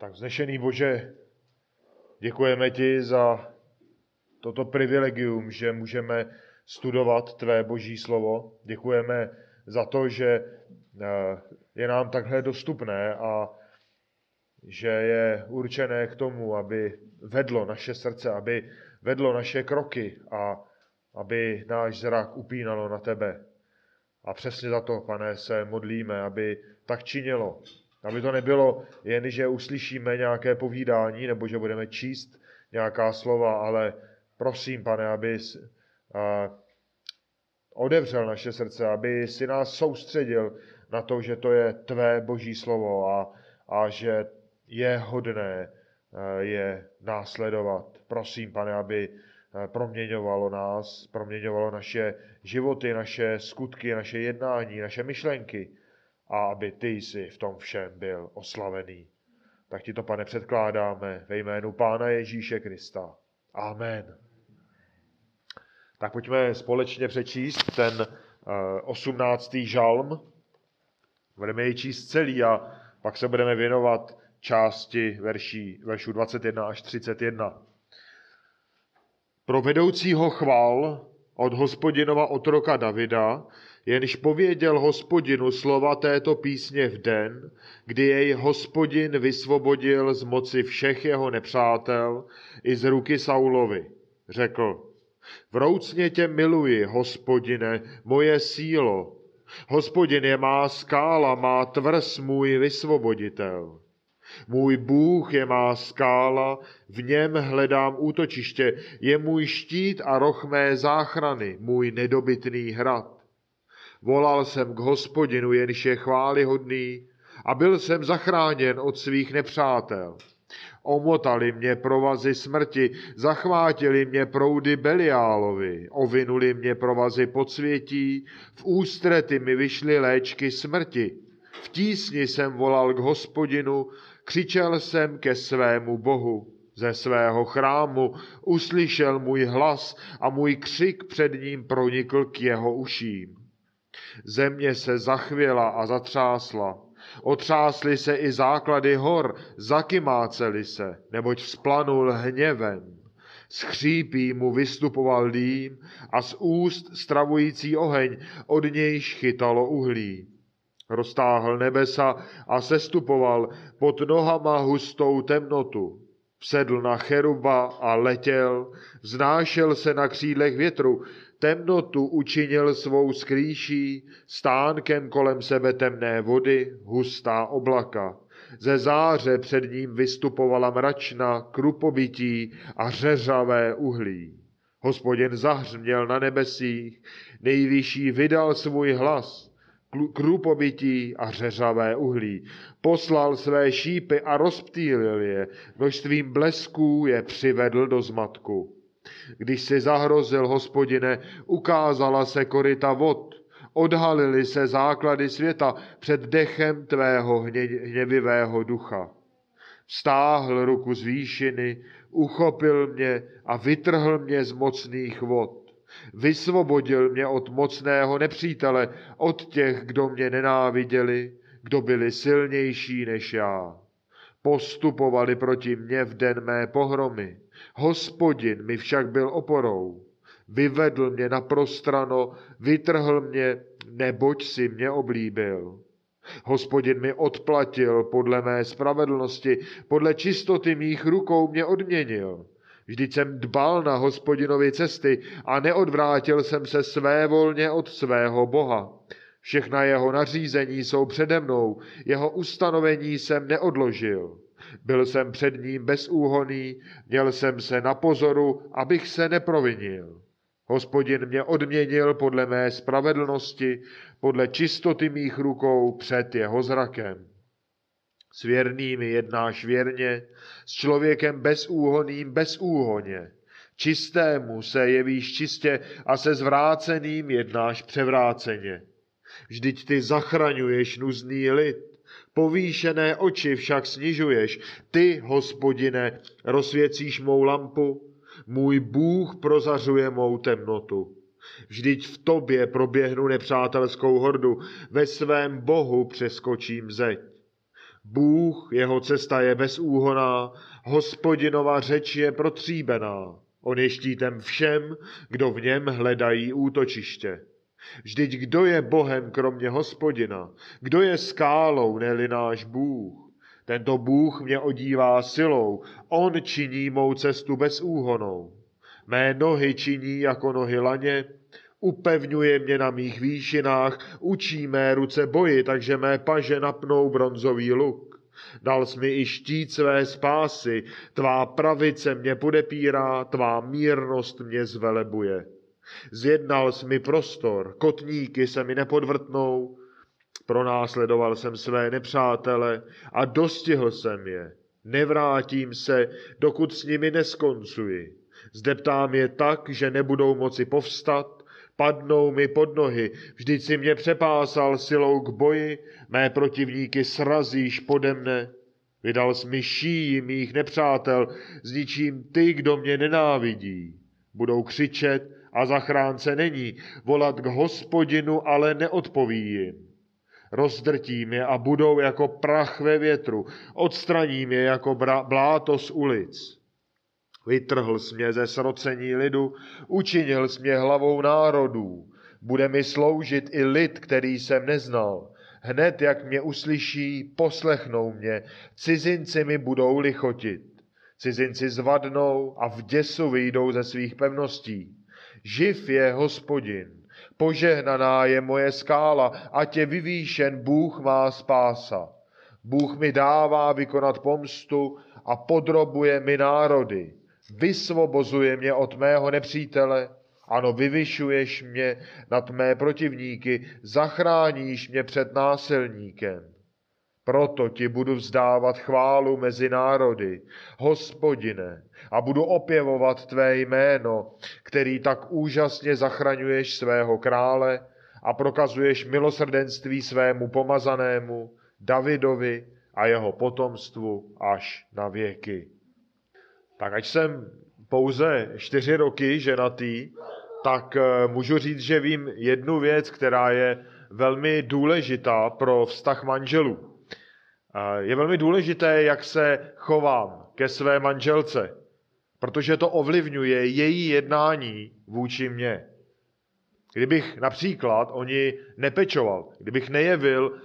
Tak vznešený Bože, děkujeme ti za toto privilegium, že můžeme studovat tvé boží slovo. Děkujeme za to, že je nám takhle dostupné a že je určené k tomu, aby vedlo naše srdce, aby vedlo naše kroky a aby náš zrak upínalo na tebe. A přesně za to, Pane, se modlíme, aby tak činilo. Aby to nebylo jen, že uslyšíme nějaké povídání nebo že budeme číst nějaká slova, ale prosím, Pane, aby otevřel naše srdce, aby si nás soustředil na to, že to je tvé boží slovo a že je hodné je následovat. Prosím, Pane, aby proměňovalo nás, proměňovalo naše životy, naše skutky, naše jednání, naše myšlenky a aby ty jsi v tom všem byl oslavený. Tak ti to, Pane, předkládáme ve jménu Pána Ježíše Krista. Amen. Tak pojďme společně přečíst ten 18. žalm. Budeme jej číst celý a pak se budeme věnovat části veršů 21 až 31. Pro vedoucího chval od Hospodinova otroka Davida, jenž pověděl Hospodinu slova této písně v den, kdy jej Hospodin vysvobodil z moci všech jeho nepřátel i z ruky Saulovy. Řekl: Vroucně tě miluji, Hospodine, moje sílo. Hospodin je má skála, má tvrz, můj vysvoboditel. Můj Bůh je má skála, v něm hledám útočiště, je můj štít a roh mé záchrany, můj nedobytný hrad. Volal jsem k Hospodinu, jenž je chvályhodný, a byl jsem zachráněn od svých nepřátel. Omotali mě provazy smrti, zachvátili mě proudy Beliálovi, ovinuli mě provazy podsvětí, v ústrety mi vyšly léčky smrti. V tísni jsem volal k Hospodinu, křičel jsem ke svému Bohu. Ze svého chrámu uslyšel můj hlas a můj křik před ním pronikl k jeho uším. Země se zachvěla a zatřásla. Otřásly se i základy hor, zakymácely se, neboť vzplanul hněvem. Z chřípí mu vystupoval dým a z úst stravující oheň, od nějž chytalo uhlí. Roztáhl nebesa a sestupoval pod nohama hustou temnotu. Vsedl na cheruba a letěl, vznášel se na křídlech větru, temnotu učinil svou skrýší, stánkem kolem sebe temné vody, hustá oblaka. Ze záře před ním vystupovala mračna, krupobytí a řeřavé uhlí. Hospodin zahřměl na nebesích, nejvyšší vydal svůj hlas, krupobytí a řeřavé uhlí. Poslal své šípy a rozptýlil je, množstvím blesků je přivedl do zmatku. Když si zahrozil, Hospodine, ukázala se koryta vod, odhalily se základy světa před dechem tvého hněvivého ducha. Vztáhl ruku z výšiny, uchopil mě a vytrhl mě z mocných vod. Vysvobodil mě od mocného nepřítele, od těch, kdo mě nenáviděli, kdo byli silnější než já. Postupovali proti mně v den mé pohromy. Hospodin mi však byl oporou. Vyvedl mě na prostrano, vytrhl mě, neboť si mě oblíbil. Hospodin mi odplatil podle mé spravedlnosti, podle čistoty mých rukou mě odměnil. Vždyť jsem dbal na Hospodinovy cesty a neodvrátil jsem se svévolně od svého Boha. Všechna jeho nařízení jsou přede mnou, jeho ustanovení jsem neodložil. Byl jsem před ním bezúhonný, měl jsem se na pozoru, abych se neprovinil. Hospodin mě odměnil podle mé spravedlnosti, podle čistoty mých rukou před jeho zrakem. S věrnými jednáš věrně, s člověkem bezúhonným bezúhonně. Čistému se jevíš čistě a se zvráceným jednáš převráceně. Vždyť ty zachraňuješ nuzný lid, povýšené oči však snižuješ. Ty, Hospodine, rozsvěcíš mou lampu, můj Bůh prozařuje mou temnotu. Vždyť v tobě proběhnu nepřátelskou hordu, ve svém Bohu přeskočím zeď. Bůh, jeho cesta je bezúhonná, Hospodinova řeč je protříbená. On je štítem všem, kdo v něm hledají útočiště. Vždyť kdo je Bohem kromě Hospodina? Kdo je skálou, ne-li náš Bůh? Tento Bůh mě odívá silou, on činí mou cestu bezúhonou. Mé nohy činí jako nohy laně, upevňuje mě na mých výšinách, učí mé ruce boji, takže mé paže napnou bronzový luk. Dal jsi mi i štít své spásy, tvá pravice mě podepírá, tvá mírnost mě zvelebuje. Zjednal jsi mi prostor, kotníky se mi nepodvrtnou, pronásledoval jsem své nepřátele a dostihl jsem je. Nevrátím se, dokud s nimi neskoncuji. Zdeptám je tak, že nebudou moci povstat, padnou mi pod nohy, vždyť si mě přepásal silou k boji, mé protivníky srazíš pode mne. Vydal jsi mi šíji mých nepřátel, zničím ty, kdo mě nenávidí. Budou křičet a zachránce není, volat k Hospodinu, ale neodpoví jim. Rozdrtím je a budou jako prach ve větru, odstraním je jako bláto z ulic. Vytrhl jsi mě ze srocení lidu, učinil jsi mě hlavou národů. Bude mi sloužit i lid, který jsem neznal. Hned, jak mě uslyší, poslechnou mě. Cizinci mi budou lichotit. Cizinci zvadnou a v děsu vyjdou ze svých pevností. Živ je Hospodin, požehnaná je moje skála, ať je vyvýšen Bůh má spása. Bůh mi dává vykonat pomstu a podrobuje mi národy. Vysvobozuje mě od mého nepřítele, ano, vyvyšuješ mě nad mé protivníky, zachráníš mě před násilníkem. Proto ti budu vzdávat chválu mezi národy, Hospodine, a budu opěvovat tvé jméno, který tak úžasně zachraňuješ svého krále a prokazuješ milosrdenství svému pomazanému, Davidovi a jeho potomstvu až na věky. Tak ať jsem pouze 4 roky ženatý, tak můžu říct, že vím jednu věc, která je velmi důležitá pro vztah manželů. Je velmi důležité, jak se chovám ke své manželce, protože to ovlivňuje její jednání vůči mně. Kdybych například o ní nepečoval, kdybych nejevil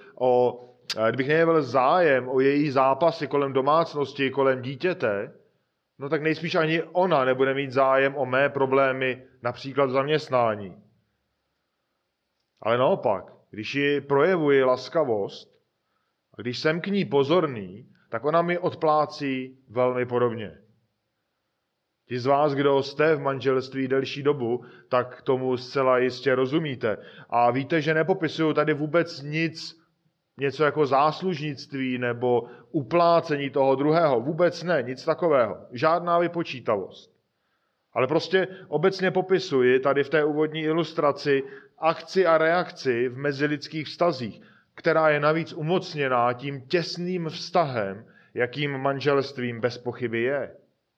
zájem o její zápasy kolem domácnosti, kolem dítěte, no tak nejspíš ani ona nebude mít zájem o mé problémy, například v zaměstnání. Ale naopak, když ji projevuji laskavost a když jsem k ní pozorný, tak ona mi odplácí velmi podobně. Ti z vás, kdo jste v manželství delší dobu, tak tomu zcela jistě rozumíte. A víte, že nepopisuju tady vůbec něco jako záslužnictví nebo uplácení toho druhého. Vůbec ne, nic takového. Žádná vypočítavost. Ale prostě obecně popisuji tady v té úvodní ilustraci akci a reakci v mezilidských vztazích, která je navíc umocněná tím těsným vztahem, jakým manželstvím bez pochyby je.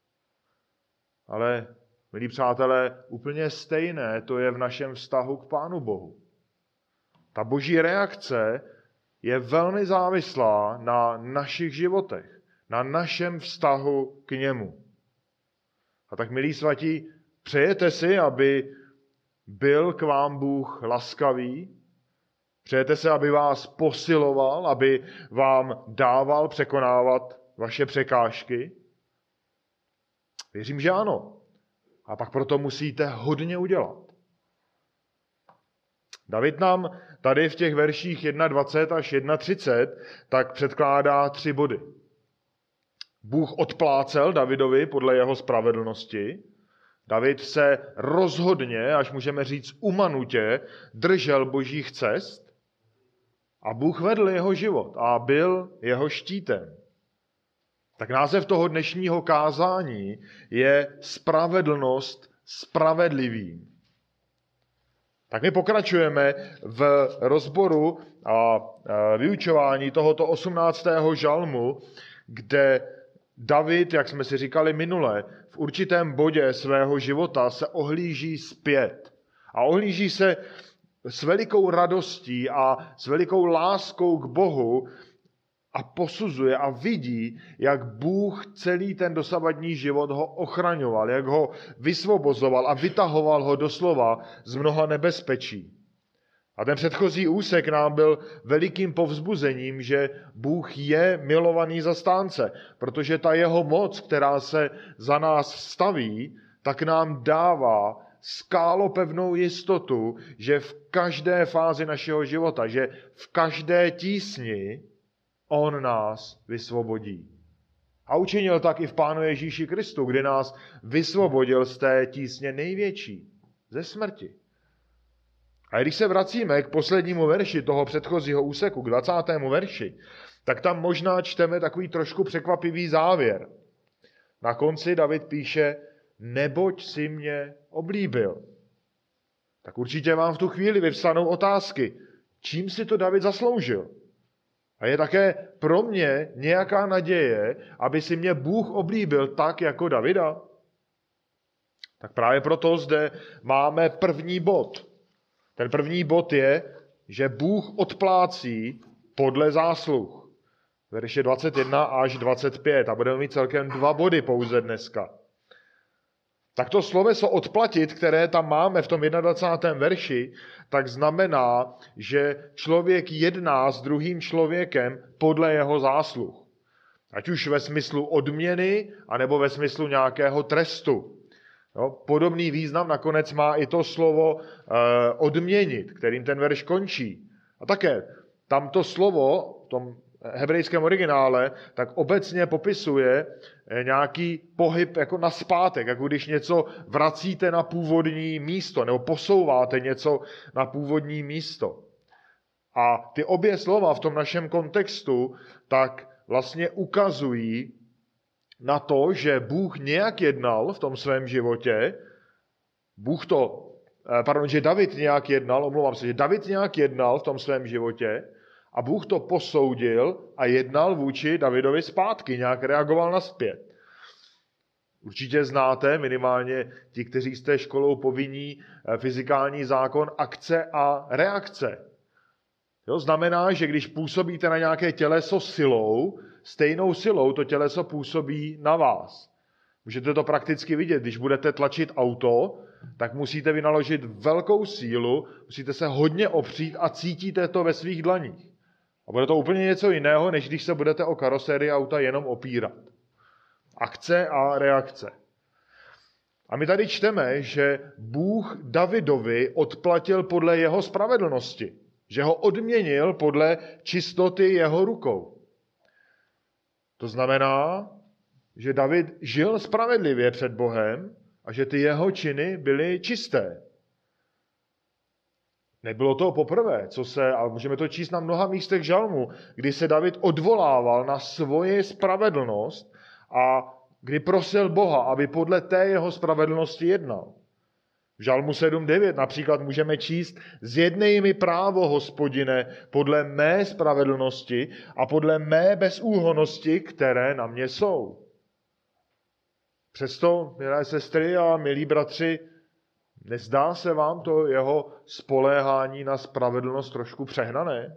Ale, milí přátelé, úplně stejné to je v našem vztahu k Pánu Bohu. Ta boží reakce je velmi závislá na našich životech, na našem vztahu k němu. A tak, milí svatí, přejete si, aby byl k vám Bůh laskavý? Přejete si, aby vás posiloval, aby vám dával překonávat vaše překážky? Věřím, že ano. A pak proto musíte hodně udělat. David nám tady v těch verších 21 až 31 tak předkládá 3 body. Bůh odplácel Davidovi podle jeho spravedlnosti. David se rozhodně, až můžeme říct umanutě, držel božích cest a Bůh vedl jeho život a byl jeho štítem. Tak název toho dnešního kázání je Spravedlnost spravedlivým. Tak my pokračujeme v rozboru a vyučování tohoto 18. žalmu, kde David, jak jsme si říkali minule, v určitém bodě svého života se ohlíží zpět. A ohlíží se s velikou radostí a s velikou láskou k Bohu a posuzuje a vidí, jak Bůh celý ten dosavadní život ho ochraňoval, jak ho vysvobozoval a vytahoval ho doslova z mnoha nebezpečí. A ten předchozí úsek nám byl velikým povzbuzením, že Bůh je milovaný zastánce, protože ta jeho moc, která se za nás staví, tak nám dává skálopevnou jistotu, že v každé fázi našeho života, že v každé tísni on nás vysvobodí. A učinil tak i v Pánu Ježíši Kristu, kdy nás vysvobodil z té tísně největší, ze smrti. A když se vracíme k poslednímu verši toho předchozího úseku, k 20. verši, tak tam možná čteme takový trošku překvapivý závěr. Na konci David píše, neboť si mě oblíbil. Tak určitě vám v tu chvíli vyvstanou otázky, čím si to David zasloužil. A je také pro mě nějaká naděje, aby si mě Bůh oblíbil tak, jako Davida? Tak právě proto zde máme první bod. Ten první bod je, že Bůh odplácí podle zásluh. Verše 21 až 25. A budeme mít celkem 2 body pouze dneska. Tak to sloveso odplatit, které tam máme v tom 21. verši, tak znamená, že člověk jedná s druhým člověkem podle jeho zásluh. Ať už ve smyslu odměny, anebo ve smyslu nějakého trestu. No, podobný význam nakonec má i to slovo odměnit, kterým ten verš končí. A také tamto slovo v tom hebrejském originále tak obecně popisuje nějaký pohyb jako nazpátek, jako když něco vracíte na původní místo, nebo posouváte něco na původní místo. A ty obě slova v tom našem kontextu tak vlastně ukazují na to, že Bůh nějak jednal v tom svém životě, že David nějak jednal v tom svém životě a Bůh to posoudil a jednal vůči Davidovi zpátky, nějak reagoval nazpět. Určitě znáte, minimálně ti, kteří jste školou povinní, fyzikální zákon akce a reakce. Jo, znamená, že když působíte na nějaké těleso silou, stejnou silou to těleso působí na vás. Můžete to prakticky vidět, když budete tlačit auto, tak musíte vynaložit velkou sílu, musíte se hodně opřít a cítíte to ve svých dlaních. A bude to úplně něco jiného, než když se budete o karosérii auta jenom opírat. Akce a reakce. A my tady čteme, že Bůh Davidovi odplatil podle jeho spravedlnosti, že ho odměnil podle čistoty jeho rukou. To znamená, že David žil spravedlivě před Bohem a že ty jeho činy byly čisté. Nebylo to poprvé, a můžeme to číst na mnoha místech žalmu, kdy se David odvolával na svoji spravedlnost a kdy prosil Boha, aby podle té jeho spravedlnosti jednal. V žalmu 7.9 například můžeme číst: zjednej mi právo, Hospodine, podle mé spravedlnosti a podle mé bezúhonnosti, které na mě jsou. Přesto, milé sestry a milí bratři, nezdá se vám to jeho spoléhání na spravedlnost trošku přehnané?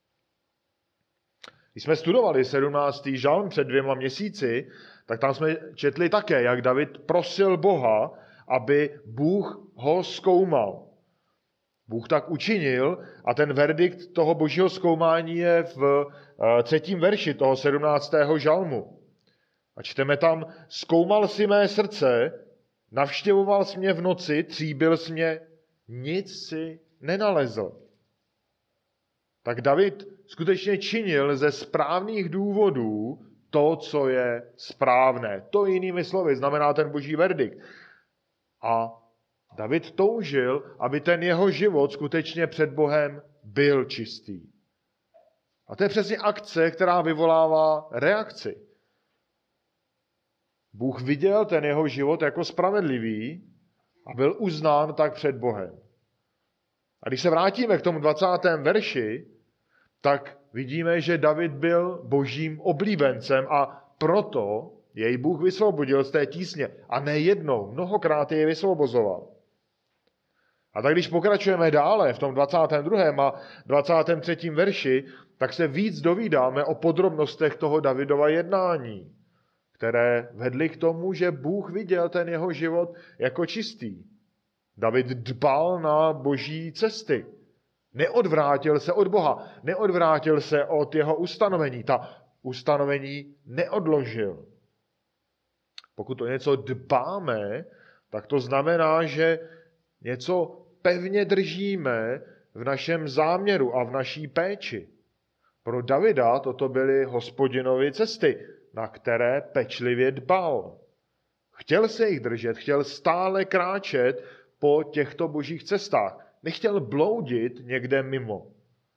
Když jsme studovali 17. žalm před 2 měsíci, tak tam jsme četli také, jak David prosil Boha, aby Bůh ho zkoumal. Bůh tak učinil a ten verdikt toho božího zkoumání je v 3. verši toho 17. žalmu. A čteme tam: zkoumal si mé srdce, navštěvoval jsi mě v noci, tříbil jsi mě, nic si nenalezl. Tak David skutečně činil ze správných důvodů to, co je správné. To jinými slovy znamená ten boží verdikt. A David toužil, aby ten jeho život skutečně před Bohem byl čistý. A to je přesně akce, která vyvolává reakci. Bůh viděl ten jeho život jako spravedlivý a byl uznán tak před Bohem. A když se vrátíme k tomu 20. verši, tak vidíme, že David byl božím oblíbencem a proto jej Bůh vysvobodil z té tísně. A ne jednou, mnohokrát jej vysvobozoval. A tak když pokračujeme dále v tom 22. a 23. verši, tak se víc dovídáme o podrobnostech toho Davidova jednání, které vedly k tomu, že Bůh viděl ten jeho život jako čistý. David dbal na boží cesty. Neodvrátil se od Boha, neodvrátil se od jeho ustanovení. Ta ustanovení neodložil. Pokud o něco dbáme, tak to znamená, že něco pevně držíme v našem záměru a v naší péči. Pro Davida toto byly Hospodinovy cesty, na které pečlivě dbal. Chtěl se jich držet, chtěl stále kráčet po těchto božích cestách. Nechtěl bloudit někde mimo.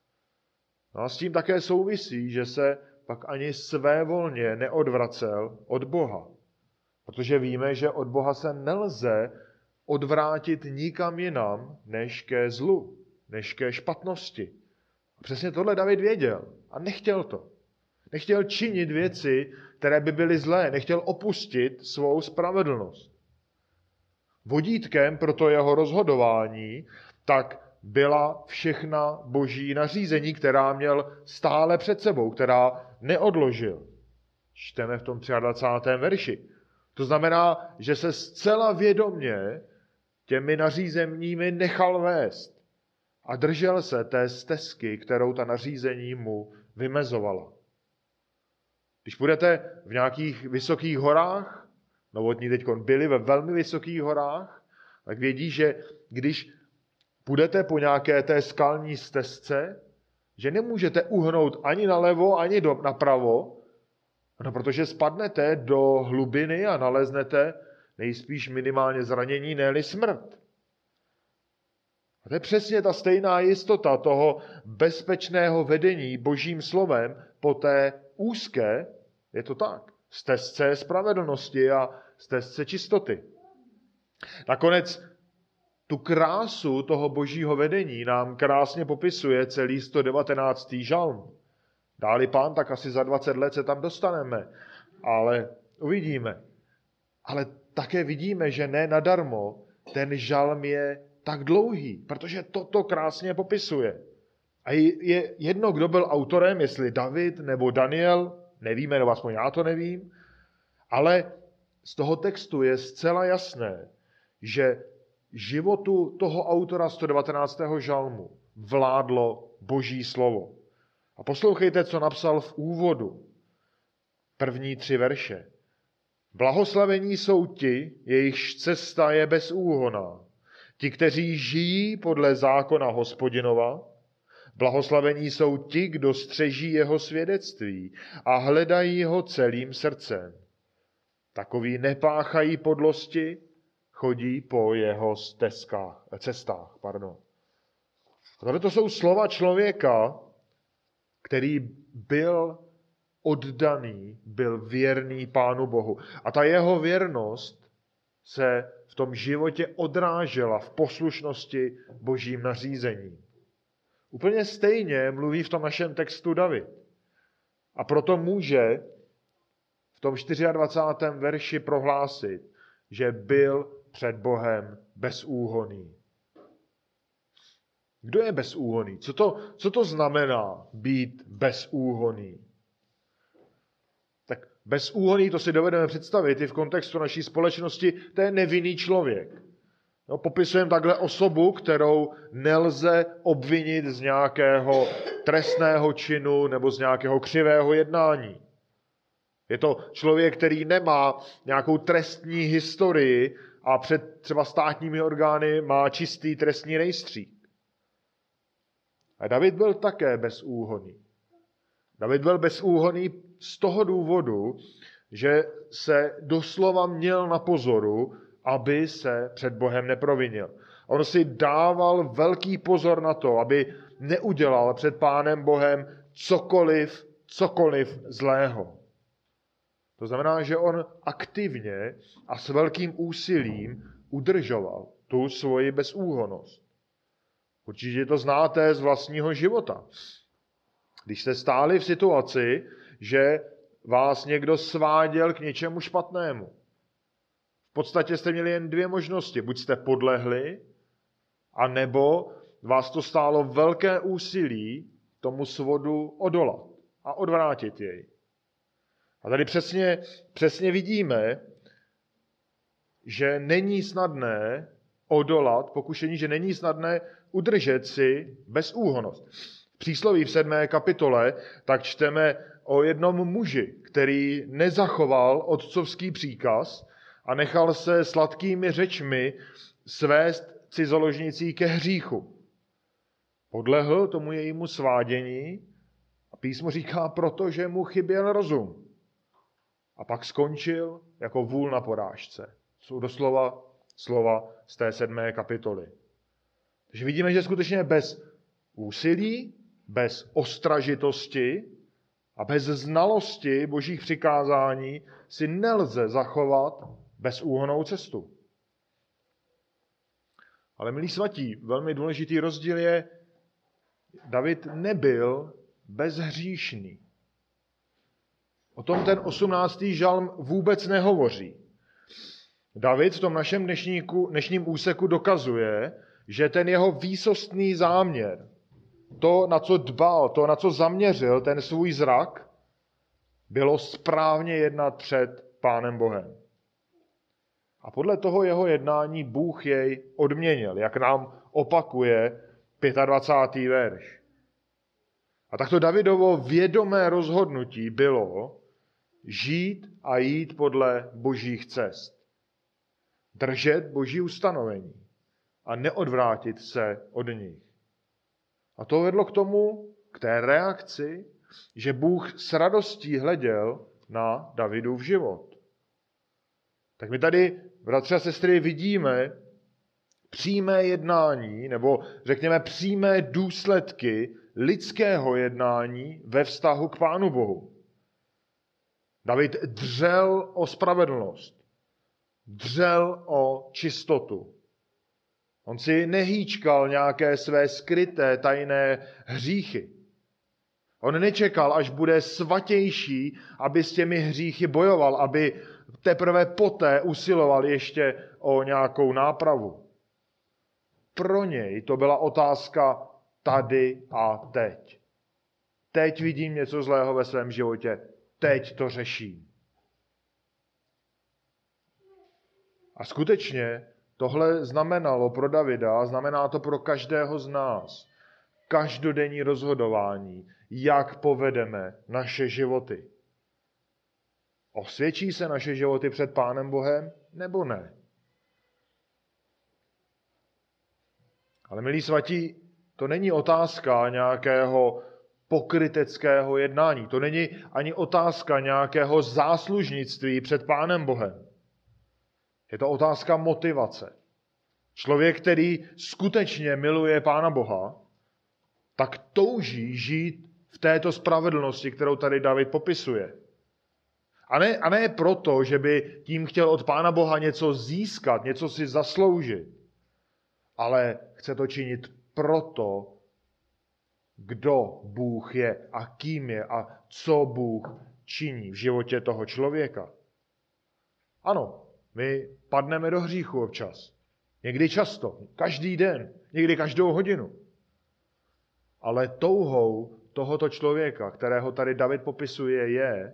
No a s tím také souvisí, že se pak ani svévolně neodvracel od Boha. Protože víme, že od Boha se nelze odvrátit nikam jinam, než ke zlu, než ke špatnosti. A přesně tohle David věděl a nechtěl to. Nechtěl činit věci, které by byly zlé, nechtěl opustit svou spravedlnost. Vodítkem pro to jeho rozhodování tak byla všechna boží nařízení, která měl stále před sebou, která neodložil. Čteme v tom 23. verši. To znamená, že se zcela vědomě těmi nařízeními nechal vést a držel se té stezky, kterou ta nařízení mu vymezovala. Když budete v nějakých vysokých horách, Novotní teď byli ve velmi vysokých horách, tak vědí, že když půjdete po nějaké té skalní stezce, že nemůžete uhnout ani nalevo, ani napravo, no, protože spadnete do hlubiny a naleznete nejspíš minimálně zranění, ne-li smrt. A to je přesně ta stejná jistota toho bezpečného vedení božím slovem po té úzké, je to tak, stezce spravedlnosti a stezce čistoty. Nakonec tu krásu toho božího vedení nám krásně popisuje celý 119. žalm. Dá-li Pán, tak asi za 20 let se tam dostaneme, ale uvidíme. Ale také vidíme, že ne nadarmo ten žalm je tak dlouhý, protože toto krásně popisuje. A je jedno, kdo byl autorem, jestli David nebo Daniel, nevíme, nebo aspoň já to nevím, ale z toho textu je zcela jasné, že životu toho autora 119. žalmu vládlo boží slovo. A poslouchejte, co napsal v úvodu. První 3 verše. Blahoslavení jsou ti, jejichž cesta je bezúhonná. Ti, kteří žijí podle zákona Hospodinova. Blahoslavení jsou ti, kdo střeží jeho svědectví a hledají ho celým srdcem. Takoví nepáchají podlosti, chodí po jeho cestách. Tohle to jsou slova člověka, který byl oddaný, byl věrný Pánu Bohu. A ta jeho věrnost se v tom životě odrážela v poslušnosti božím nařízení. Úplně stejně mluví v tom našem textu David. A proto může v tom 24. verši prohlásit, že byl před Bohem bezúhonný. Kdo je bezúhonný? Co to znamená být bezúhonný? Tak bezúhonný, to si dovedeme představit i v kontextu naší společnosti, to je nevinný člověk. No, popisujeme takhle osobu, kterou nelze obvinit z nějakého trestného činu nebo z nějakého křivého jednání. Je to člověk, který nemá nějakou trestní historii a před třeba státními orgány má čistý trestní rejstřík. A David byl také bezúhonný. David byl bezúhonný z toho důvodu, že se doslova měl na pozoru, aby se před Bohem neprovinil. On si dával velký pozor na to, aby neudělal před Pánem Bohem cokoliv zlého. To znamená, že on aktivně a s velkým úsilím udržoval tu svoji bezúhonnost. Určitě to znáte z vlastního života. Když jste stáli v situaci, že vás někdo sváděl k něčemu špatnému. V podstatě jste měli jen 2 možnosti. Buď jste podlehli, anebo vás to stálo velké úsilí tomu svodu odolat a odvrátit jej. A tady přesně vidíme, že není snadné odolat pokušení, že není snadné udržet si bezúhonnost. V přísloví v 7. kapitole tak čteme o jednom muži, který nezachoval otcovský příkaz a nechal se sladkými řečmi svést cizoložnicí ke hříchu. Podlehl tomu jejímu svádění a písmo říká, protože mu chyběl rozum. A pak skončil jako vůl na porážce. Jsou doslova slova z té 7. kapitoly. Takže vidíme, že skutečně bez úsilí, bez ostražitosti a bez znalosti božích přikázání si nelze zachovat bezúhonnou cestu. Ale milí svatí, velmi důležitý rozdíl je, David nebyl bezhříšný. O tom ten 18. žalm vůbec nehovoří. David v tom našem dnešním úseku dokazuje, že ten jeho výsostný záměr, to, na co dbal, to, na co zaměřil ten svůj zrak, bylo správně jednat před Pánem Bohem. A podle toho jeho jednání Bůh jej odměnil, jak nám opakuje 25. verš. A takto Davidovo vědomé rozhodnutí bylo žít a jít podle božích cest. Držet boží ustanovení a neodvrátit se od nich. A to vedlo k té reakci, že Bůh s radostí hleděl na Davidův život. Tak my tady, bratři a sestry, vidíme přímé jednání, nebo řekněme přímé důsledky lidského jednání ve vztahu k Pánu Bohu. David dřel o spravedlnost, dřel o čistotu. On si nehýčkal nějaké své skryté, tajné hříchy. On nečekal, až bude svatější, aby s těmi hříchy bojoval, aby teprve poté usiloval ještě o nějakou nápravu. Pro něj to byla otázka tady a teď. Teď vidím něco zlého ve svém životě, teď to řeším. A skutečně tohle znamenalo pro Davida, znamená to pro každého z nás, každodenní rozhodování, jak povedeme naše životy. Osvědčí se naše životy před Pánem Bohem, nebo ne? Ale milí svatí, to není otázka nějakého pokryteckého jednání. To není ani otázka nějakého záslužnictví před Pánem Bohem. Je to otázka motivace. Člověk, který skutečně miluje Pána Boha, tak touží žít v této spravedlnosti, kterou tady David popisuje. A ne proto, že by tím chtěl od Pána Boha něco získat, něco si zasloužit, ale chce to činit proto, kdo Bůh je a kým je a co Bůh činí v životě toho člověka. Ano, my padneme do hříchu občas. Někdy často, každý den, někdy každou hodinu. Ale touhou tohoto člověka, kterého tady David popisuje, je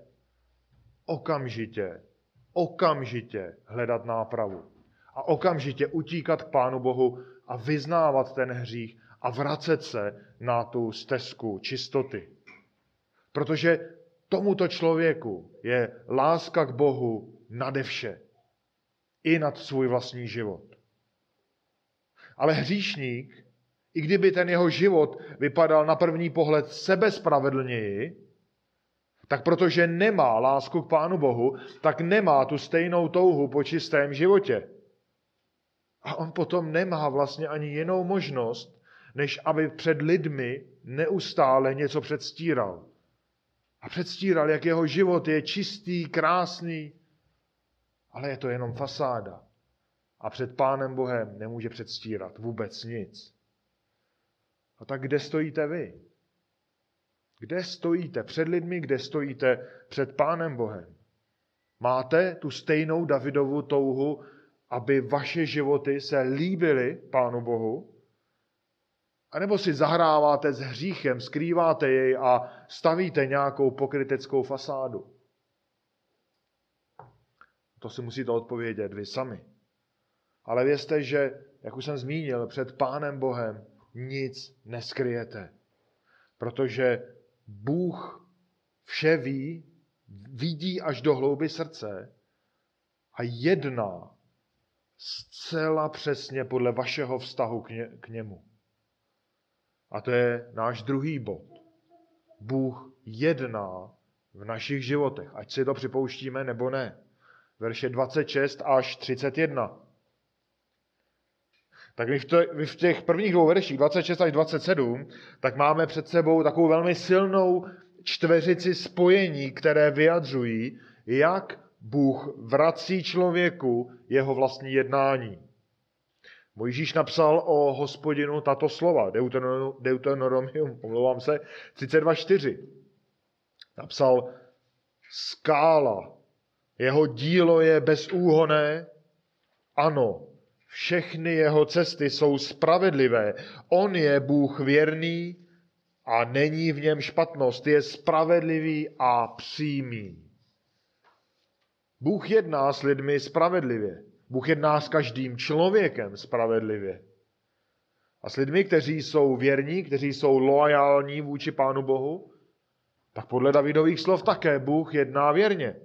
okamžitě hledat nápravu. A okamžitě utíkat k Pánu Bohu a vyznávat ten hřích a vracet se na tu stezku čistoty. Protože tomuto člověku je láska k Bohu nade vše. I nad svůj vlastní život. Ale hříšník, i kdyby ten jeho život vypadal na první pohled sebespravedlněji, tak protože nemá lásku k Pánu Bohu, tak nemá tu stejnou touhu po čistém životě. A on potom nemá vlastně ani jinou možnost, než aby před lidmi neustále něco předstíral. A předstíral, jak jeho život je čistý, krásný, ale je to jenom fasáda. A před Pánem Bohem nemůže předstírat vůbec nic. A tak kde stojíte vy? Kde stojíte před lidmi, kde stojíte před Pánem Bohem? Máte tu stejnou Davidovu touhu, aby vaše životy se líbily Pánu Bohu? A nebo si zahráváte s hříchem, skrýváte jej a stavíte nějakou pokryteckou fasádu? To si musíte odpovědět vy sami. Ale vězte, že, jak už jsem zmínil, před Pánem Bohem nic neskryjete. Protože Bůh vše ví, vidí až do hlouby srdce a jedná zcela přesně podle vašeho vztahu k němu. A to je náš druhý bod. Bůh jedná v našich životech, ať si to připouštíme nebo ne. Verše 26 až 31. Tak my v těch prvních dvou verších, 26 až 27, tak máme před sebou takovou velmi silnou čtveřici spojení, které vyjadřují, jak Bůh vrací člověku jeho vlastní jednání. Mojžíš napsal o Hospodinu tato slova, Deuteronomium, 32:4. Napsal: skála, jeho dílo je bezúhonné, ano, všechny jeho cesty jsou spravedlivé. On je Bůh věrný a není v něm špatnost, je spravedlivý a přímý. Bůh jedná s lidmi spravedlivě. Bůh jedná s každým člověkem spravedlivě. A s lidmi, kteří jsou věrní, kteří jsou loajální vůči Pánu Bohu, tak podle Davidových slov také Bůh jedná věrně.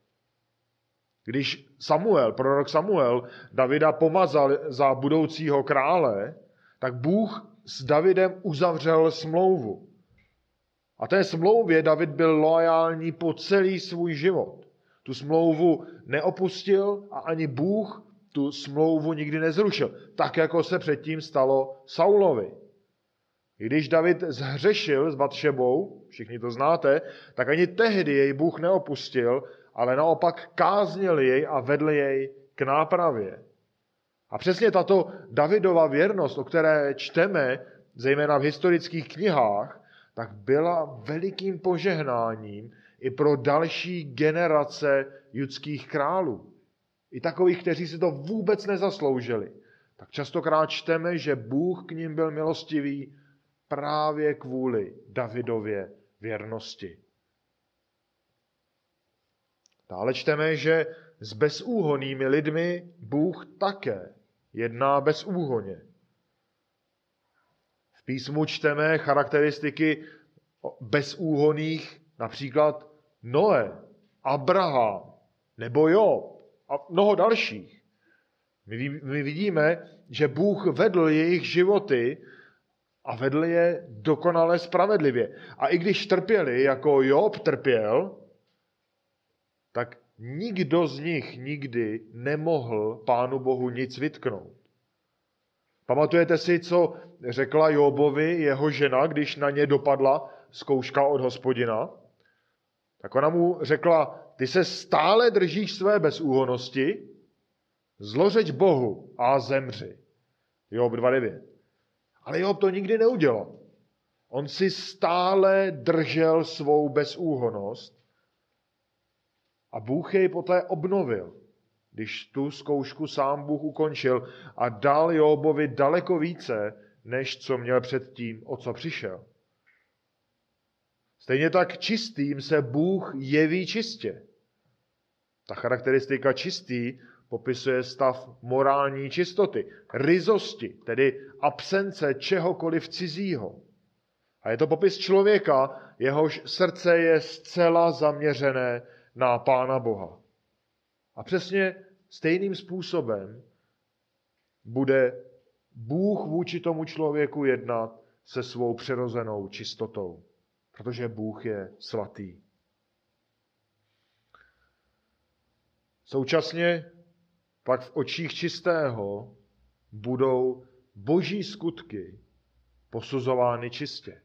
Když prorok Samuel, Davida pomazal za budoucího krále, tak Bůh s Davidem uzavřel smlouvu. A té smlouvě David byl loajální po celý svůj život. Tu smlouvu neopustil a ani Bůh tu smlouvu nikdy nezrušil. Tak, jako se předtím stalo Saulovi. Když David zhřešil s Batšebou, všichni to znáte, tak ani tehdy jej Bůh neopustil, ale naopak káznil jej a vedl jej k nápravě. A přesně tato Davidova věrnost, o které čteme, zejména v historických knihách, tak byla velikým požehnáním i pro další generace judských králů. I takových, kteří si to vůbec nezasloužili. Tak častokrát čteme, že Bůh k nim byl milostivý právě kvůli Davidově věrnosti. Dále čteme, že s bezúhonnými lidmi Bůh také jedná bezúhonně. V písmu čteme charakteristiky bezúhonných, například Noé, Abraham nebo Job a mnoho dalších. My vidíme, že Bůh vedl jejich životy a vedl je dokonale spravedlivě. A i když trpěli, jako Job trpěl, tak nikdo z nich nikdy nemohl Pánu Bohu nic vytknout. Pamatujete si, co řekla Jobovi jeho žena, když na ně dopadla zkouška od Hospodina? Tak ona mu řekla: ty se stále držíš své bezúhonnosti, zlořeč Bohu a zemři. Job 2:9. Ale Job to nikdy neudělal. On si stále držel svou bezúhonnost a Bůh jej poté obnovil, když tu zkoušku sám Bůh ukončil a dal Jobovi daleko více, než co měl předtím, o co přišel. Stejně tak čistým se Bůh jeví čistě. Ta charakteristika čistý popisuje stav morální čistoty, ryzosti, tedy absence čehokoliv cizího. A je to popis člověka, jehož srdce je zcela zaměřené na Pána Boha. A přesně stejným způsobem bude Bůh vůči tomu člověku jednat se svou přirozenou čistotou, protože Bůh je svatý. Současně pak v očích čistého budou boží skutky posuzovány čistě.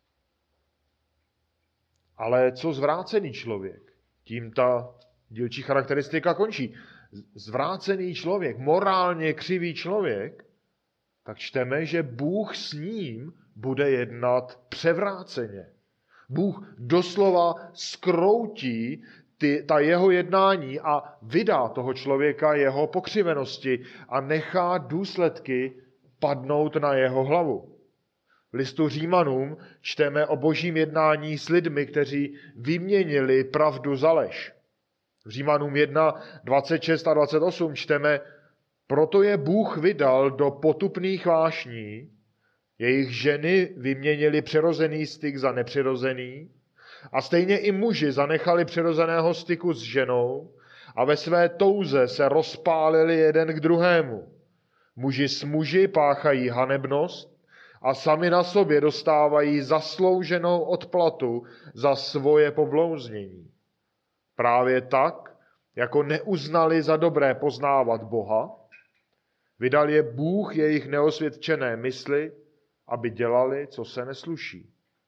Ale co zvrácený člověk? Tím ta dílčí charakteristika končí. Zvrácený člověk, morálně křivý člověk, tak čteme, že Bůh s ním bude jednat převráceně. Bůh doslova zkroutí ta jeho jednání a vydá toho člověka jeho pokřivenosti a nechá důsledky padnout na jeho hlavu. V listu Římanům čteme o božím jednání s lidmi, kteří vyměnili pravdu za lež. V Římanům 1, 26 a 28 čteme: proto je Bůh vydal do potupných vášní, jejich ženy vyměnili přirozený styk za nepřirozený a stejně i muži zanechali přirozeného styku s ženou a ve své touze se rozpálili jeden k druhému. Muži s muži páchají hanebnost a sami na sobě dostávají zaslouženou odplatu za svoje poblouznění. Právě tak, jako neuznali za dobré poznávat Boha, vydal je Bůh jejich neosvědčené mysli, aby dělali, co se nesluší.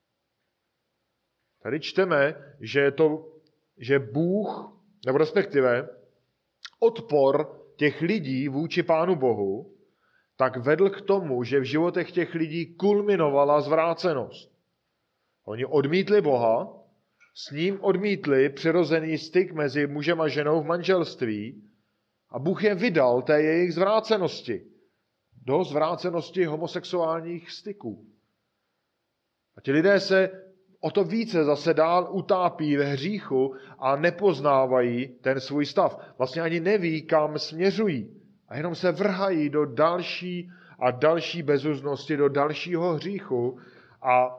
Tady čteme, že Bůh, nebo respektive odpor těch lidí vůči Pánu Bohu, tak vedl k tomu, že v životech těch lidí kulminovala zvrácenost. Oni odmítli Boha, s ním odmítli přirozený styk mezi mužem a ženou v manželství a Bůh je vydal té jejich zvrácenosti do zvrácenosti homosexuálních styků. A ti lidé se o to více zase dál utápí ve hříchu a nepoznávají ten svůj stav. Vlastně ani neví, kam směřují. A jenom se vrhají do další a další bezúznosti, do dalšího hříchu a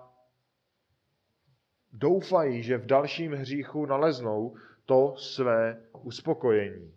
doufají, že v dalším hříchu naleznou to své uspokojení.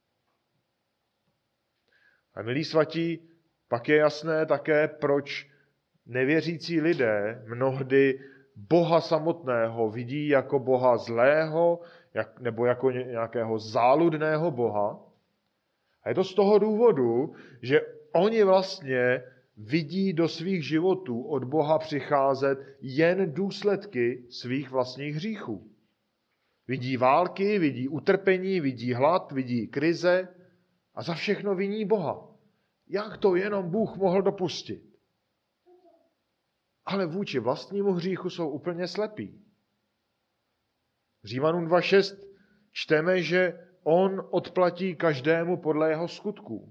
A milí svatí, pak je jasné také, proč nevěřící lidé mnohdy Boha samotného vidí jako Boha zlého nebo jako nějakého záludného Boha. A je to z toho důvodu, že oni vlastně vidí do svých životů od Boha přicházet jen důsledky svých vlastních hříchů. Vidí války, vidí utrpení, vidí hlad, vidí krize a za všechno viní Boha. Jak to jenom Bůh mohl dopustit? Ale vůči vlastnímu hříchu jsou úplně slepí. V Římanům 2.6 čteme, že on odplatí každému podle jeho skutků.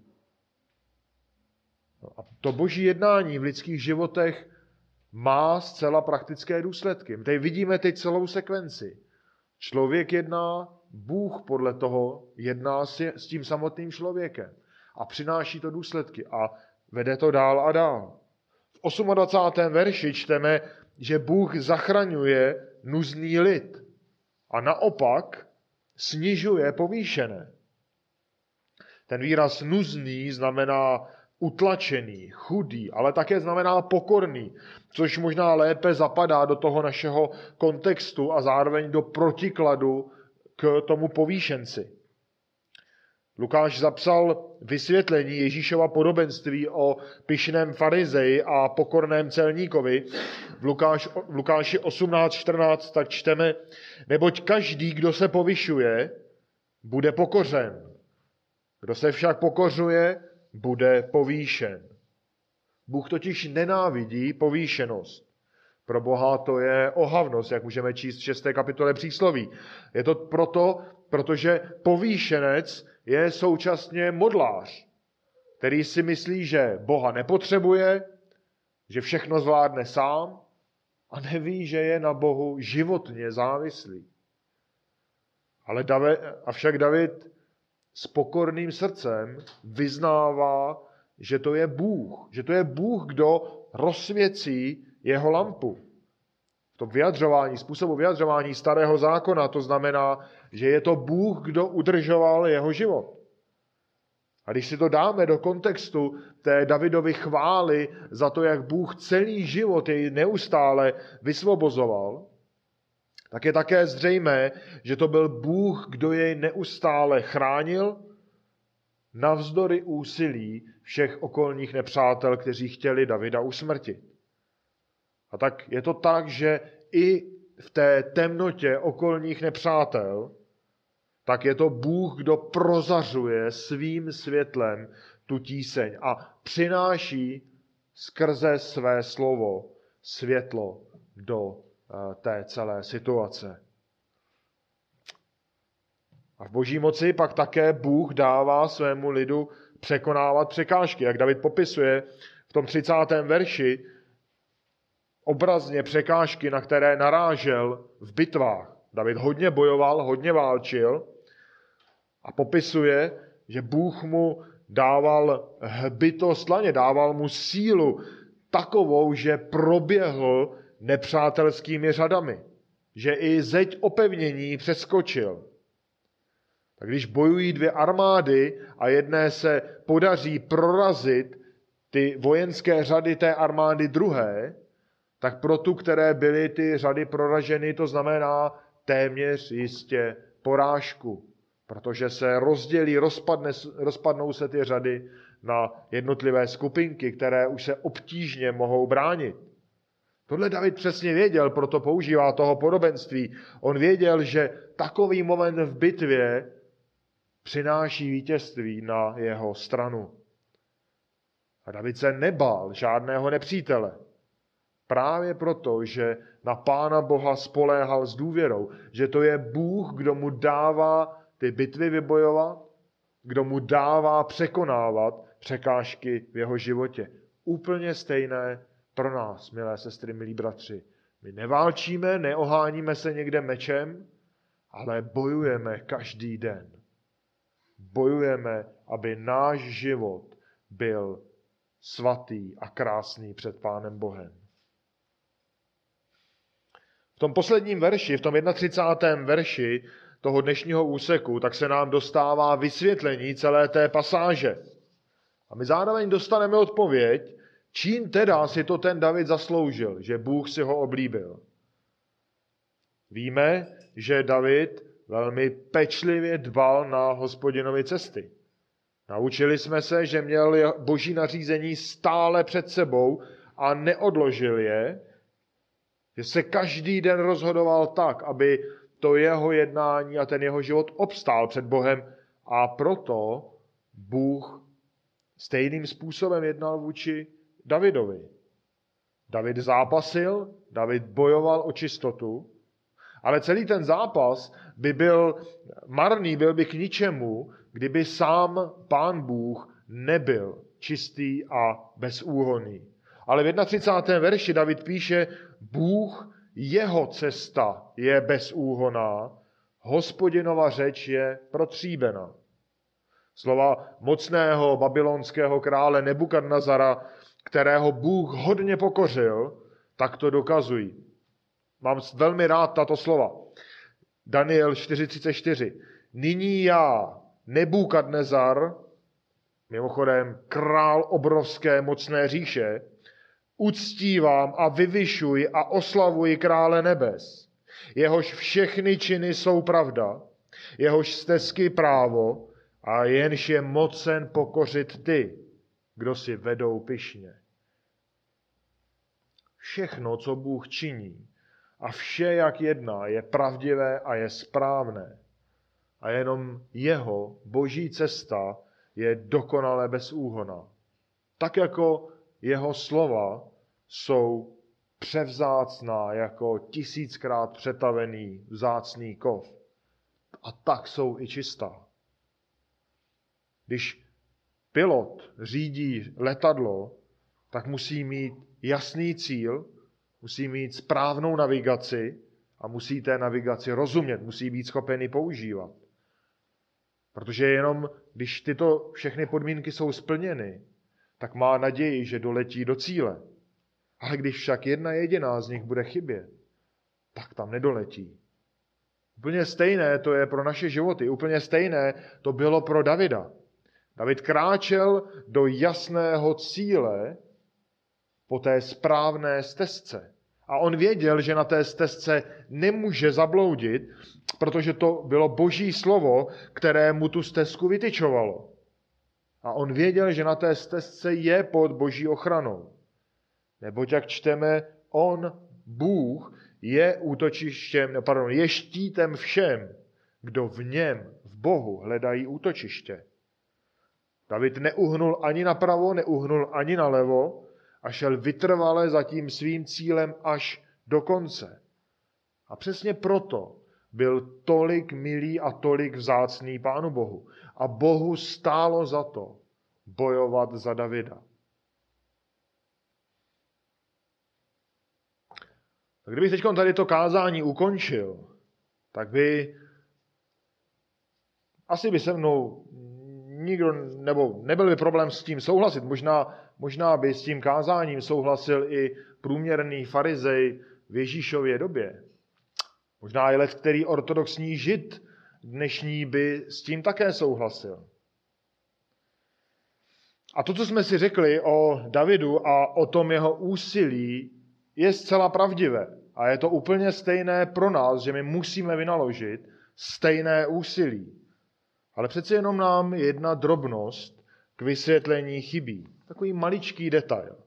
A to boží jednání v lidských životech má zcela praktické důsledky. Tady vidíme teď celou sekvenci. Člověk jedná, Bůh podle toho jedná s tím samotným člověkem. A přináší to důsledky a vede to dál a dál. V 28. verši čteme, že Bůh zachraňuje nuzný lid a naopak snižuje povýšené. Ten výraz nuzný znamená utlačený, chudý, ale také znamená pokorný, což možná lépe zapadá do toho našeho kontextu a zároveň do protikladu k tomu povýšenci. Lukáš zapsal vysvětlení Ježíšova podobenství o pyšném farizeji a pokorném celníkovi. V Lukáši 18.14 tak čteme: neboť každý, kdo se povyšuje, bude pokořen. Kdo se však pokořuje, bude povýšen. Bůh totiž nenávidí povýšenost. Pro Boha to je ohavnost, jak můžeme číst v 6. kapitole Přísloví. Je to protože povýšenec je současně modlář, který si myslí, že Boha nepotřebuje, že všechno zvládne sám a neví, že je na Bohu životně závislý. Avšak David s pokorným srdcem vyznává, že to je Bůh, kdo rozsvěcí jeho lampu. V tom způsobu vyjadřování starého zákona to znamená, že je to Bůh, kdo udržoval jeho život. A když si to dáme do kontextu té Davidovy chvály za to, jak Bůh celý život jej neustále vysvobozoval, tak je také zřejmé, že to byl Bůh, kdo jej neustále chránil navzdory úsilí všech okolních nepřátel, kteří chtěli Davida usmrtit. A tak je to tak, že i v té temnotě okolních nepřátel, tak je to Bůh, kdo prozařuje svým světlem tu tíseň a přináší skrze své slovo světlo do té celé situace. A v boží moci pak také Bůh dává svému lidu překonávat překážky. Jak David popisuje v tom 30. verši, obrazně překážky, na které narážel v bitvách. David hodně bojoval, hodně válčil a popisuje, že Bůh mu dával hbitost laně, dával mu sílu takovou, že proběhl nepřátelskými řadami, že i zeď opevnění přeskočil. Tak když bojují dvě armády a jedné se podaří prorazit ty vojenské řady té armády druhé, tak pro tu, které byly ty řady proraženy, to znamená téměř jistě porážku. Protože se rozdělí, rozpadnou se ty řady na jednotlivé skupinky, které už se obtížně mohou bránit. Tohle David přesně věděl, proto používá toho podobenství. On věděl, že takový moment v bitvě přináší vítězství na jeho stranu. A David se nebál žádného nepřítele. Právě proto, že na Pána Boha spoléhal s důvěrou, že to je Bůh, kdo mu dává ty bitvy vybojovat, kdo mu dává překonávat překážky v jeho životě. Úplně stejné pro nás, milé sestry, milí bratři. My neválčíme, neoháníme se někde mečem, ale bojujeme každý den. Bojujeme, aby náš život byl svatý a krásný před Pánem Bohem. V tom posledním verši, v tom 31. verši toho dnešního úseku, tak se nám dostává vysvětlení celé té pasáže. A my zároveň dostaneme odpověď, čím teda si to ten David zasloužil, že Bůh si ho oblíbil. Víme, že David velmi pečlivě dbal na Hospodinovi cesty. Naučili jsme se, že měl boží nařízení stále před sebou a neodložil je, že se každý den rozhodoval tak, aby to jeho jednání a ten jeho život obstál před Bohem a proto Bůh stejným způsobem jednal vůči Davidovi. David zápasil, David bojoval o čistotu, ale celý ten zápas by byl marný, byl by k ničemu, kdyby sám Pán Bůh nebyl čistý a bezúhonný. Ale v 31. verši David píše, Bůh, jeho cesta je bezúhonná, Hospodinova řeč je protříbena. Slova mocného babylonského krále Nebukadnezara, kterého Bůh hodně pokořil, tak to dokazují. Mám velmi rád tato slova. Daniel 4.34. Nyní já, Nebukadnezar, mimochodem král obrovské mocné říše, uctívám a vyvyšuji a oslavuji krále nebes. Jehož všechny činy jsou pravda, jehož stezky právo a jenž je mocen pokořit ty, kdo si vedou pyšně. Všechno, co Bůh činí a vše, jak jedná, je pravdivé a je správné. A jenom jeho boží cesta je dokonale bezúhonná. Tak jako jeho slova jsou převzácná jako 1000krát přetavený vzácný kov. A tak jsou i čistá. Když pilot řídí letadlo, tak musí mít jasný cíl, musí mít správnou navigaci a musí té navigaci rozumět, musí být schopen ji používat. Protože jenom když tyto všechny podmínky jsou splněny, tak má naději, že doletí do cíle. Ale když však jedna jediná z nich bude chybět, tak tam nedoletí. Úplně stejné to je pro naše životy, úplně stejné to bylo pro Davida. David kráčel do jasného cíle po té správné stezce. A on věděl, že na té stezce nemůže zabloudit, protože to bylo boží slovo, které mu tu stezku vytyčovalo. A on věděl, že na té stezce je pod boží ochranou. Neboť jak čteme, Bůh, je štítem všem, kdo v něm, v Bohu, hledají útočiště. David neuhnul ani napravo, neuhnul ani nalevo a šel vytrvale za tím svým cílem až do konce. A přesně proto byl tolik milý a tolik vzácný Pánu Bohu. A Bohu stálo za to bojovat za Davida. A kdybych teď tady to kázání ukončil, tak asi by se mnou nikdo, nebo nebyl by problém s tím souhlasit. Možná by s tím kázáním souhlasil i průměrný farizej v Ježíšově době. Možná i který ortodoxní žid dnešní by s tím také souhlasil. A to, co jsme si řekli o Davidu a o tom jeho úsilí, je zcela pravdivé. A je to úplně stejné pro nás, že my musíme vynaložit stejné úsilí. Ale přece jenom nám jedna drobnost k vysvětlení chybí. Takový maličký detail.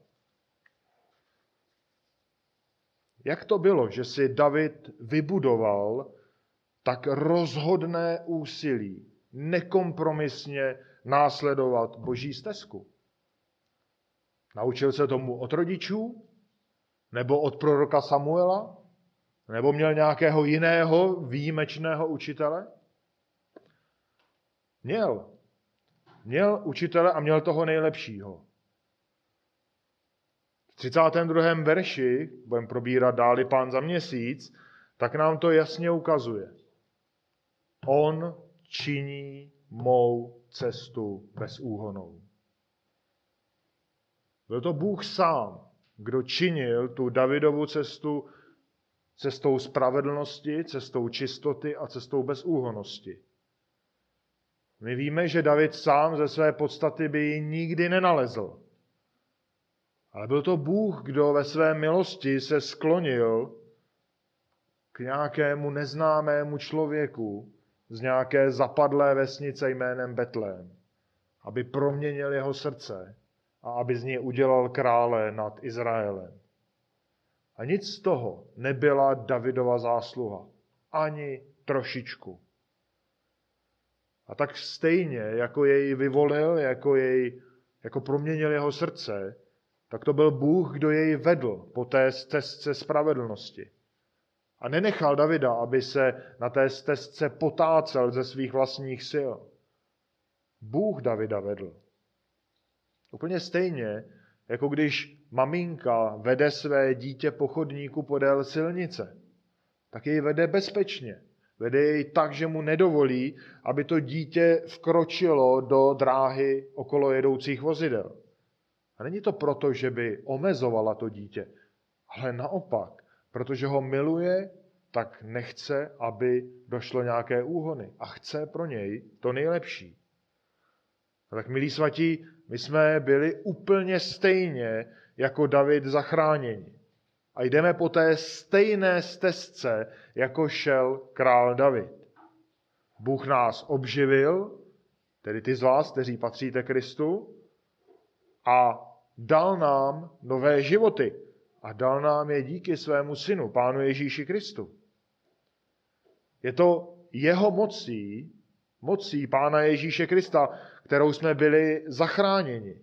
Jak to bylo, že si David vybudoval tak rozhodné úsilí nekompromisně následovat Boží stezku? Naučil se tomu od rodičů? Nebo od proroka Samuela? Nebo měl nějakého jiného výjimečného učitele? Měl učitele a měl toho nejlepšího. V 32. verši, budeme probírat dále Pán za měsíc, tak nám to jasně ukazuje. On činí mou cestu bezúhonnou. Byl to Bůh sám, kdo činil tu Davidovu cestu cestou spravedlnosti, cestou čistoty a cestou bezúhonnosti. My víme, že David sám ze své podstaty by ji nikdy nenalezl. Ale byl to Bůh, kdo ve své milosti se sklonil k nějakému neznámému člověku z nějaké zapadlé vesnice jménem Betlém, aby proměnil jeho srdce a aby z něj udělal krále nad Izraelem. A nic z toho nebyla Davidova zásluha. Ani trošičku. A tak stejně, jako jej vyvolil, jako proměnil jeho srdce, tak to byl Bůh, kdo jej vedl po té stezce spravedlnosti. A nenechal Davida, aby se na té stezce potácel ze svých vlastních sil. Bůh Davida vedl. Úplně stejně, jako když maminka vede své dítě po chodníku podél silnice, tak jej vede bezpečně. Vede jej tak, že mu nedovolí, aby to dítě vkročilo do dráhy okolo jedoucích vozidel. A není to proto, že by omezovala to dítě, ale naopak, protože ho miluje, tak nechce, aby došlo nějaké úhony a chce pro něj to nejlepší. A tak, milí svatí, my jsme byli úplně stejně jako David zachráněni. A jdeme po té stejné stezce, jako šel král David. Bůh nás obživil, tedy ty z vás, kteří patříte Kristu, a dal nám nové životy. A dal nám je díky svému synu, Pánu Ježíši Kristu. Je to jeho mocí Pána Ježíše Krista, kterou jsme byli zachráněni.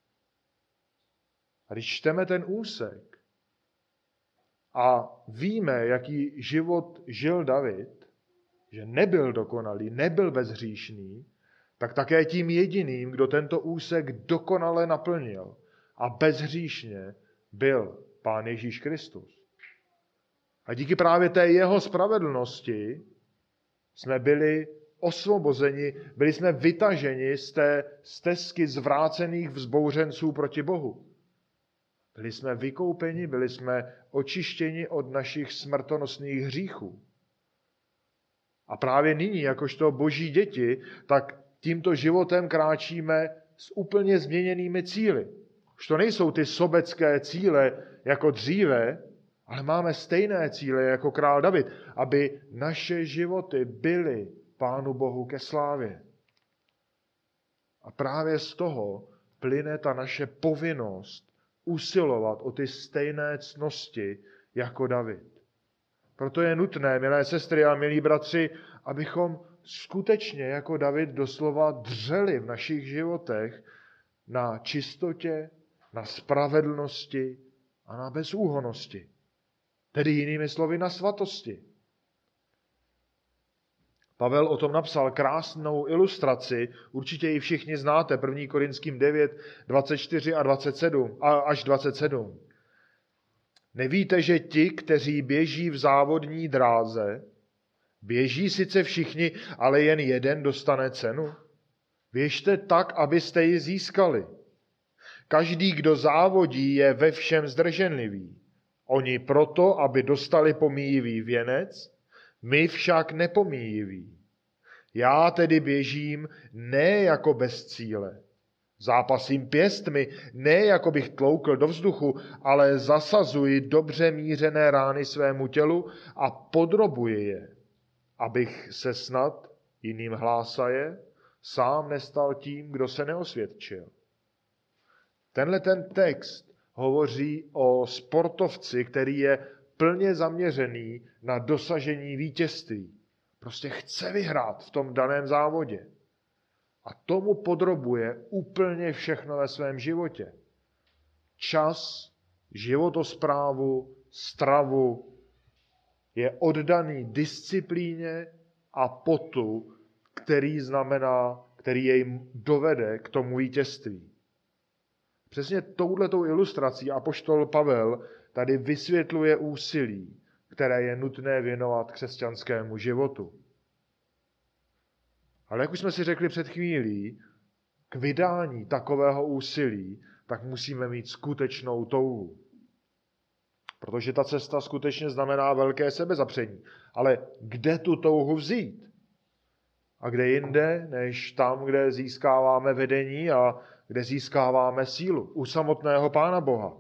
A když čteme ten úsek a víme, jaký život žil David, že nebyl dokonalý, nebyl bezhříšný, tak také tím jediným, kdo tento úsek dokonale naplnil a bezhříšně, byl Pán Ježíš Kristus. A díky právě té jeho spravedlnosti jsme byli osvobozeni, byli jsme vytaženi z té stezky zvrácených vzbouřenců proti Bohu. Byli jsme vykoupeni, byli jsme očištěni od našich smrtonosných hříchů. A právě nyní, jakožto boží děti, tak tímto životem kráčíme s úplně změněnými cíli. Už to nejsou ty sobecké cíle jako dříve, ale máme stejné cíle jako král David, aby naše životy byly Pánu Bohu ke slávě. A právě z toho plyne ta naše povinnost usilovat o ty stejné ctnosti jako David. Proto je nutné, milé sestry a milí bratři, abychom skutečně jako David doslova dřeli v našich životech na čistotě, na spravedlnosti a na bezúhonnosti. Tedy jinými slovy na svatosti. Pavel o tom napsal krásnou ilustraci, určitě ji všichni znáte, 1. Korinským 9, 24 a 27, až 27. Nevíte, že ti, kteří běží v závodní dráze, běží sice všichni, ale jen jeden dostane cenu? Běžte tak, abyste ji získali. Každý, kdo závodí, je ve všem zdrženlivý. Oni proto, aby dostali pomíjivý věnec, my však nepomíjivý. Já tedy běžím ne jako bez cíle. Zápasím pěstmi, ne jako bych tloukl do vzduchu, ale zasazuji dobře mířené rány svému tělu a podrobuji je, abych se snad, jiným hlásaje, sám nestal tím, kdo se neosvědčil. Tenhle ten text hovoří o sportovci, který je plně zaměřený na dosažení vítězství. Prostě chce vyhrát v tom daném závodě. A tomu podrobuje úplně všechno ve svém životě. Čas, životosprávu, stravu, je oddaný disciplíně a potu, který jej dovede k tomu vítězství. Přesně touhletou ilustrací apoštol Pavel tady vysvětluje úsilí, které je nutné věnovat křesťanskému životu. Ale jak už jsme si řekli před chvílí, k vydání takového úsilí, tak musíme mít skutečnou touhu. Protože ta cesta skutečně znamená velké sebezapření. Ale kde tu touhu vzít? A kde jinde, než tam, kde získáváme vedení a kde získáváme sílu? U samotného Pána Boha.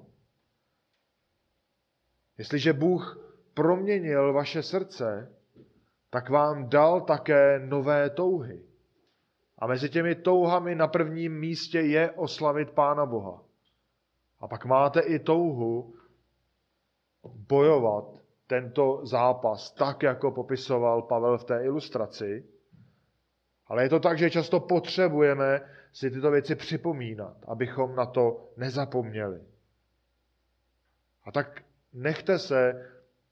Jestliže Bůh proměnil vaše srdce, tak vám dal také nové touhy. A mezi těmi touhami na prvním místě je oslavit Pána Boha. A pak máte i touhu bojovat tento zápas tak, jako popisoval Pavel v té ilustraci. Ale je to tak, že často potřebujeme si tyto věci připomínat, abychom na to nezapomněli. A tak nechte se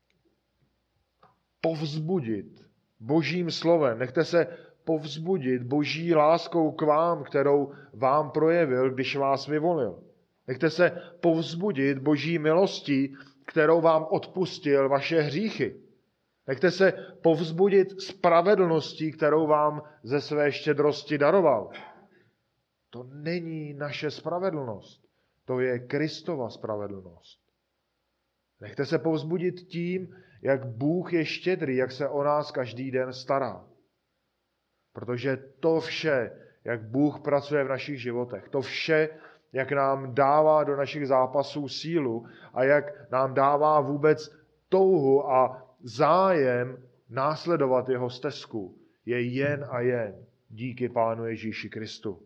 povzbudit Božím slovem, nechte se povzbudit Boží láskou k vám, kterou vám projevil, když vás vyvolil. Nechte se povzbudit Boží milostí, kterou vám odpustil vaše hříchy. Nechte se povzbudit spravedlností, kterou vám ze své štědrosti daroval. To není naše spravedlnost, to je Kristova spravedlnost. Nechte se povzbudit tím, jak Bůh je štědrý, jak se o nás každý den stará. Protože to vše, jak Bůh pracuje v našich životech, to vše, jak nám dává do našich zápasů sílu a jak nám dává vůbec touhu a zájem následovat jeho stezku, je jen a jen díky Pánu Ježíši Kristu.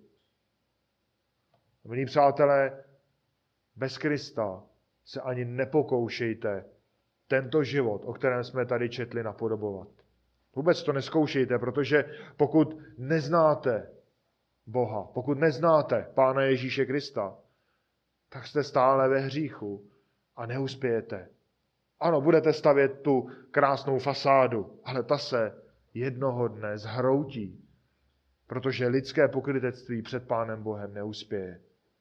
Milí přátelé, bez Krista se ani nepokoušejte tento život, o kterém jsme tady četli, napodobovat. Vůbec to neskoušejte, protože pokud neznáte Boha, pokud neznáte Pána Ježíše Krista, tak jste stále ve hříchu a neuspějete. Ano, budete stavět tu krásnou fasádu, ale ta se jednoho dne zhroutí, protože lidské pokrytectví před Pánem Bohem neuspěje.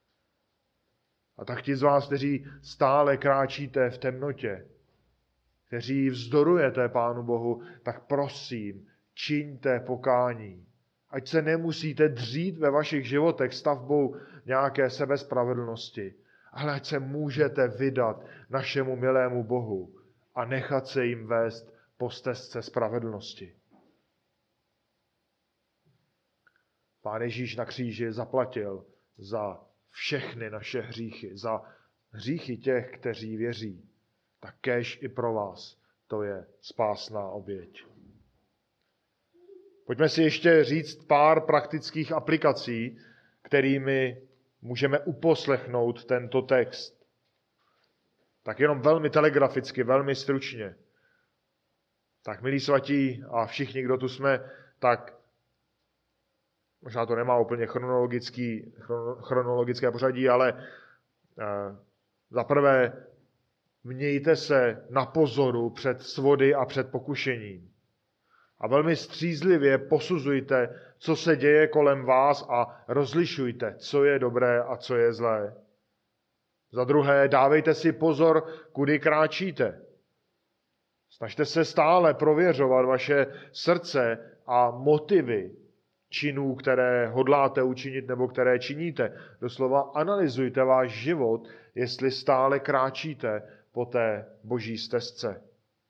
A tak ti z vás, kteří stále kráčíte v temnotě, kteří vzdorujete Pánu Bohu, tak prosím, čiňte pokání. Ať se nemusíte dřít ve vašich životech stavbou nějaké sebespravedlnosti, ale ať se můžete vydat našemu milému Bohu a nechat se jim vést po stezce spravedlnosti. Pán Ježíš na kříži zaplatil za všechny naše hříchy, za hříchy těch, kteří věří. Tak kéž i pro vás to je spásná oběť. Pojďme si ještě říct pár praktických aplikací, kterými můžeme uposlechnout tento text. Tak jenom velmi telegraficky, velmi stručně. Tak milí svatí a všichni, kdo tu jsme, tak možná to nemá úplně chronologické pořadí, ale za prvé mějte se na pozoru před svody a před pokušením. A velmi střízlivě posuzujte, co se děje kolem vás a rozlišujte, co je dobré a co je zlé. Za druhé, dávejte si pozor, kudy kráčíte. Snažte se stále prověřovat vaše srdce a motivy činů, které hodláte učinit nebo které činíte. Doslova analyzujte váš život, jestli stále kráčíte po té boží stezce.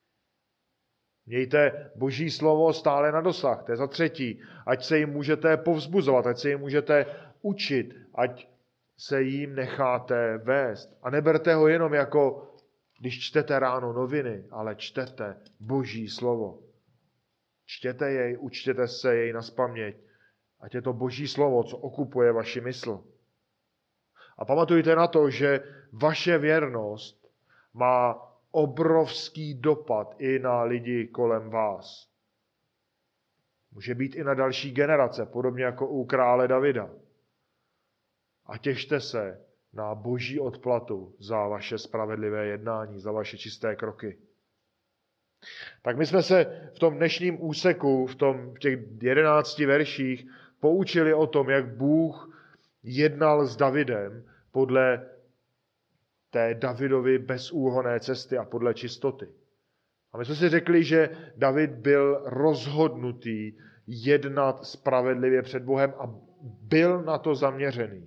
Mějte boží slovo stále na dosah. To je za třetí. Ať se jim můžete povzbuzovat, ať se jim můžete učit, ať se jim necháte vést. A neberte ho jenom jako, když čtete ráno noviny, ale čtete boží slovo. Čtěte jej, učtěte se jej nazpaměť. Ať je to boží slovo, co okupuje vaši mysl. A pamatujte na to, že vaše věrnost má obrovský dopad i na lidi kolem vás. Může být i na další generace, podobně jako u krále Davida. A těšte se na boží odplatu za vaše spravedlivé jednání, za vaše čisté kroky. Tak my jsme se v tom dnešním úseku, v těch 11 verších, poučili o tom, jak Bůh jednal s Davidem podle té Davidovy bezúhonné cesty a podle čistoty. A my jsme si řekli, že David byl rozhodnutý jednat spravedlivě před Bohem a byl na to zaměřený.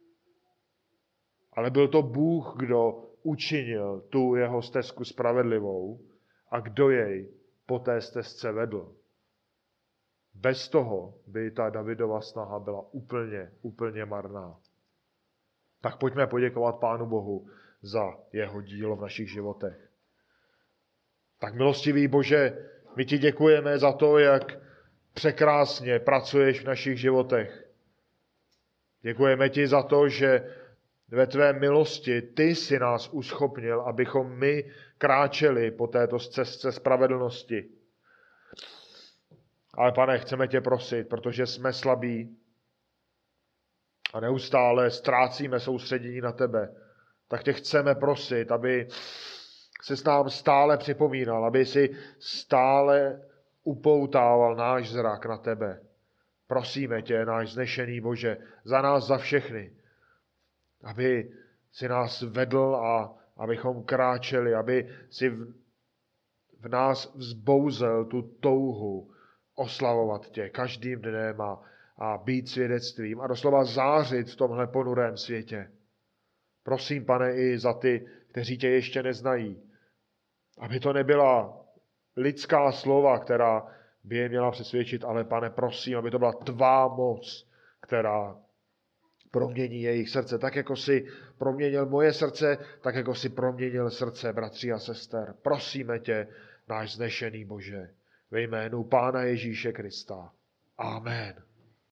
Ale byl to Bůh, kdo učinil tu jeho stezku spravedlivou a kdo jej po té stezce vedl. Bez toho by ta Davidova snaha byla úplně marná. Tak pojďme poděkovat Pánu Bohu za jeho dílo v našich životech. Tak milostivý Bože, my ti děkujeme za to, jak překrásně pracuješ v našich životech. Děkujeme ti za to, že ve tvé milosti ty si nás uschopnil, abychom my kráčeli po této cestě spravedlnosti. Ale Pane, chceme tě prosit, protože jsme slabí a neustále ztrácíme soustředění na tebe, tak tě chceme prosit, aby se s nám stále připomínal, aby si stále upoutával náš zrak na tebe. Prosíme tě, náš vznešený Bože, za nás, za všechny, aby si nás vedl a abychom kráčeli, aby si v nás vzbouzel tu touhu oslavovat tě každým dnem a být svědectvím a doslova zářit v tomhle ponurém světě. Prosím, Pane, i za ty, kteří tě ještě neznají, aby to nebyla lidská slova, která by je měla přesvědčit, ale Pane, prosím, aby to byla tvá moc, která promění jejich srdce. Tak, jako jsi proměnil moje srdce, tak, jako jsi proměnil srdce bratří a sester. Prosíme tě, náš vznešený Bože, ve jménu Pána Ježíše Krista. Amen.